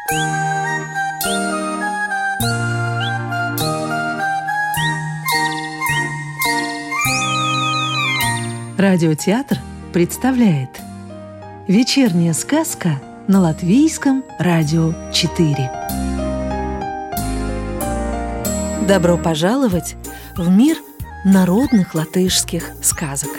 Радиотеатр представляет «Вечерняя сказка» на Латвийском радио 4. Добро пожаловать в мир народных латышских сказок.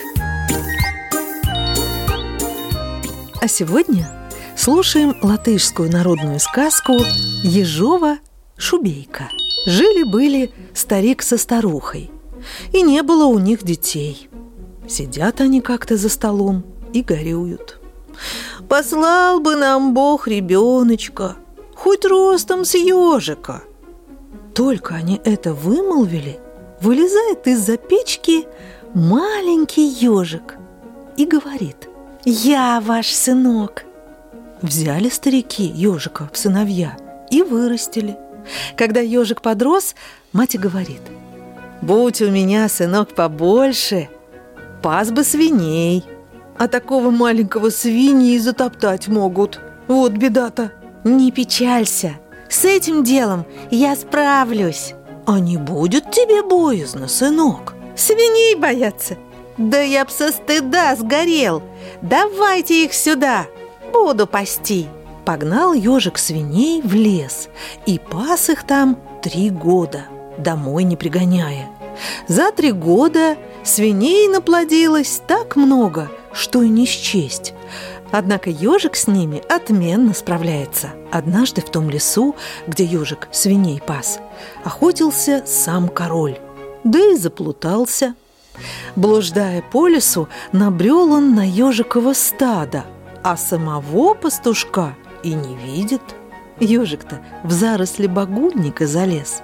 А сегодня слушаем латышскую народную сказку «Ежова шубейка». Жили-были старик со старухой, и не было у них детей. Сидят они как-то за столом и горюют. «Послал бы нам Бог ребеночка, хоть ростом с ежика». Только они это вымолвили, вылезает из-за печки маленький ежик и говорит: «Я ваш сынок». Взяли старики ежика в сыновья и вырастили. Когда ежик подрос, мать и говорит: «Будь у меня сынок побольше, пас бы свиней, а такого маленького свиньи и затоптать могут. Вот беда-то». «Не печалься, с этим делом я справлюсь». «А не будет тебе боязно, сынок?» «Свиней бояться? Да я б со стыда сгорел. Давайте их сюда, буду пасти». Погнал ежик свиней в лес и пас их там 3 года, домой не пригоняя. За 3 года свиней наплодилось так много, что и не счесть. Однако ежик с ними отменно справляется. Однажды в том лесу, где ежик свиней пас, охотился сам король, да и заплутался. Блуждая по лесу, набрел он на ежиково стадо, а самого пастушка и не видит. Ежик-то в заросли багульника залез.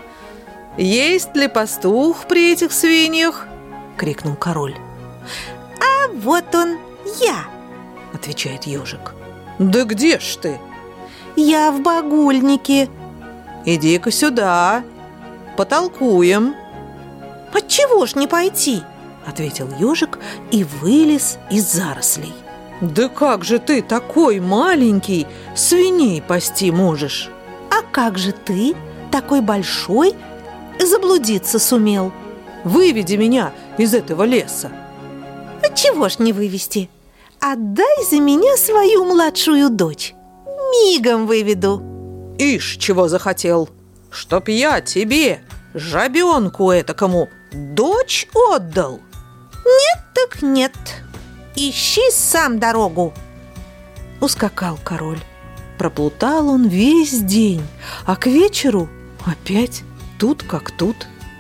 «Есть ли пастух при этих свиньях?» — крикнул король. «А вот он, я!» — отвечает ежик. «Да где ж ты?» «Я в багульнике». «Иди-ка сюда, потолкуем». «Отчего ж не пойти?» — ответил ежик и вылез из зарослей. «Да как же ты, такой маленький, свиней пасти можешь?» «А как же ты, такой большой, заблудиться сумел?» «Выведи меня из этого леса». «Отчего ж не вывести? Отдай за меня свою младшую дочь, мигом выведу». «Ишь, чего захотел, чтоб я тебе, жабенку этакому, дочь отдал?» «Нет так нет, ищи сам дорогу». Ускакал король. Проплутал он весь день, а к вечеру опять тут как тут.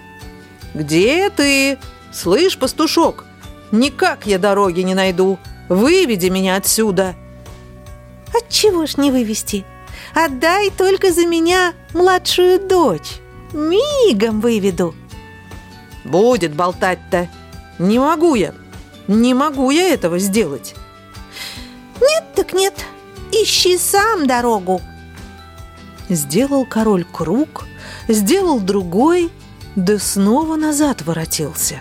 «Где ты? Слышь, пастушок, никак я дороги не найду. Выведи меня отсюда». «Отчего ж не вывести? Отдай только за меня младшую дочь, мигом выведу». «Будет болтать-то. Не могу я этого сделать». «Нет так нет, ищи сам дорогу». Сделал король круг, сделал другой, да снова назад воротился.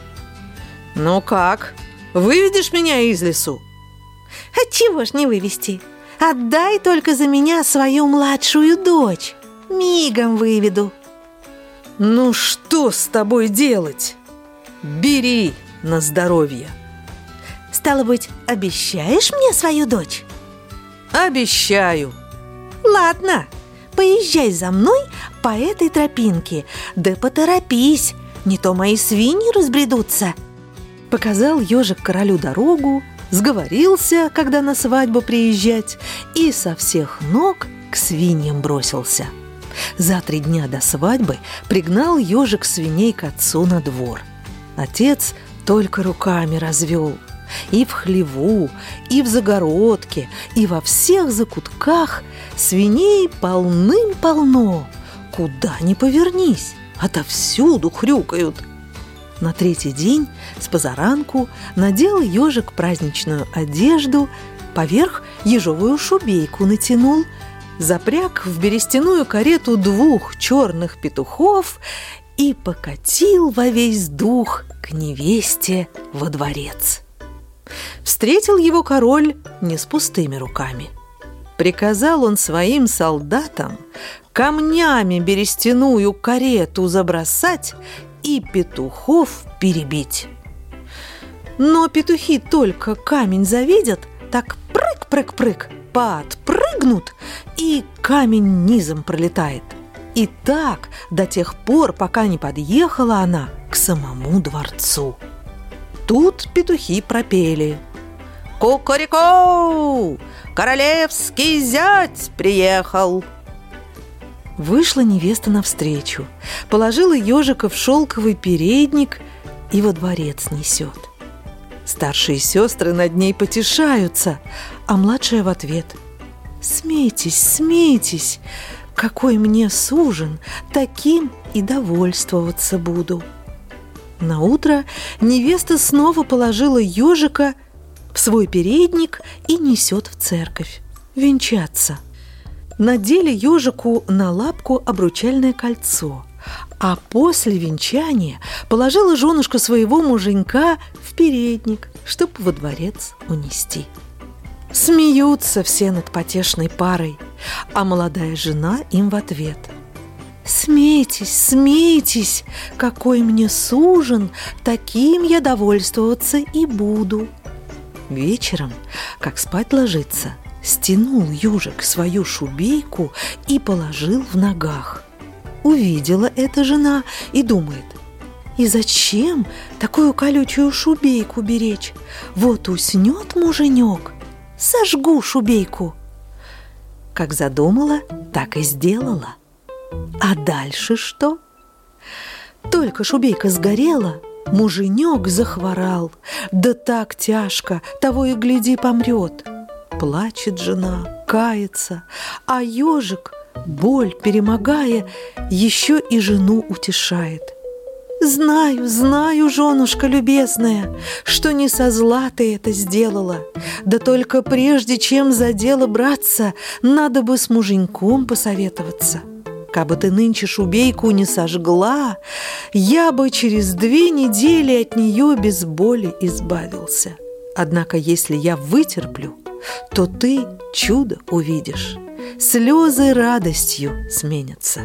«Ну как, выведешь меня из лесу?» «Отчего ж не вывести? Отдай только за меня свою младшую дочь, мигом выведу». «Ну что с тобой делать? Бери на здоровье». «Стало быть, обещаешь мне свою дочь?» «Обещаю». «Ладно, поезжай за мной по этой тропинке, да поторопись, не то мои свиньи разбредутся». Показал ежик королю дорогу, сговорился, когда на свадьбу приезжать, и со всех ног к свиньям бросился. За 3 дня до свадьбы пригнал ежик свиней к отцу на двор. Отец только руками развел. И в хлеву, и в загородке, и во всех закутках свиней полным-полно. Куда ни повернись, отовсюду хрюкают. На 3-й день с позаранку надел ежик праздничную одежду, поверх ежовую шубейку натянул, запряг в берестяную карету 2 черных петухов и покатил во весь дух к невесте во дворец. Встретил его король не с пустыми руками. приказал он своим солдатам камнями берестяную карету забросать и петухов перебить. Но петухи только камень завидят, так прыг-прыг-прыг, подпрыгнут, и камень низом пролетает. И так до тех пор, пока не подъехала она к самому дворцу. Тут петухи пропели: «Кукареку! Королевский зять приехал!» Вышла невеста навстречу, положила ежика в шелковый передник и во дворец несет. Старшие сестры над ней потешаются, а младшая в ответ: «Смейтесь, смейтесь, какой мне сужен, таким и довольствоваться буду». Наутро невеста снова положила ежика в свой передник и несет в церковь венчаться. Надели ежику на лапку обручальное кольцо, а после венчания положила женушка своего муженька в передник, чтоб во дворец унести. Смеются все над потешной парой, а молодая жена им в ответ: «Смейтесь, смейтесь, какой мне сужен, таким я довольствоваться и буду». Вечером, как спать ложиться, стянул ежик свою шубейку и положил в ногах. Увидела эта жена и думает: «И зачем такую колючую шубейку беречь? Вот уснет муженек, сожгу шубейку». Как задумала, так и сделала. А дальше что? Только шубейка сгорела, муженек захворал, да так тяжко, того и гляди помрет. Плачет жена, кается, а ежик, боль перемогая, еще и жену утешает: «Знаю, знаю, женушка любезная, что не со зла ты это сделала. Да только прежде чем за дело браться, надо бы с муженьком посоветоваться. Кабы ты нынче шубейку не сожгла, я бы через 2 недели от нее без боли избавился. Однако если я вытерплю, то ты чудо увидишь, слезы радостью сменятся».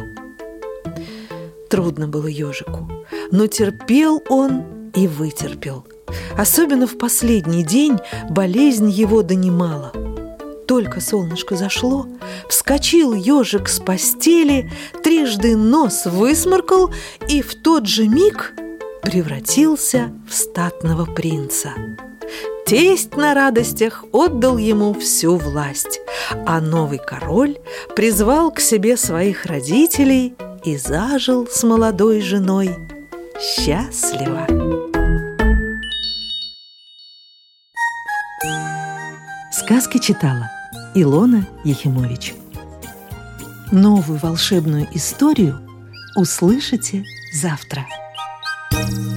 Трудно было ежику, но терпел он и вытерпел. Особенно в последний день болезнь его донимала. Только солнышко зашло, вскочил ежик с постели, 3 нос высморкал и в тот же миг превратился в статного принца. Тесть на радостях отдал ему всю власть, а новый король призвал к себе своих родителей и зажил с молодой женой счастливо. Сказки читала Илона Ехимович. Новую волшебную историю услышите завтра.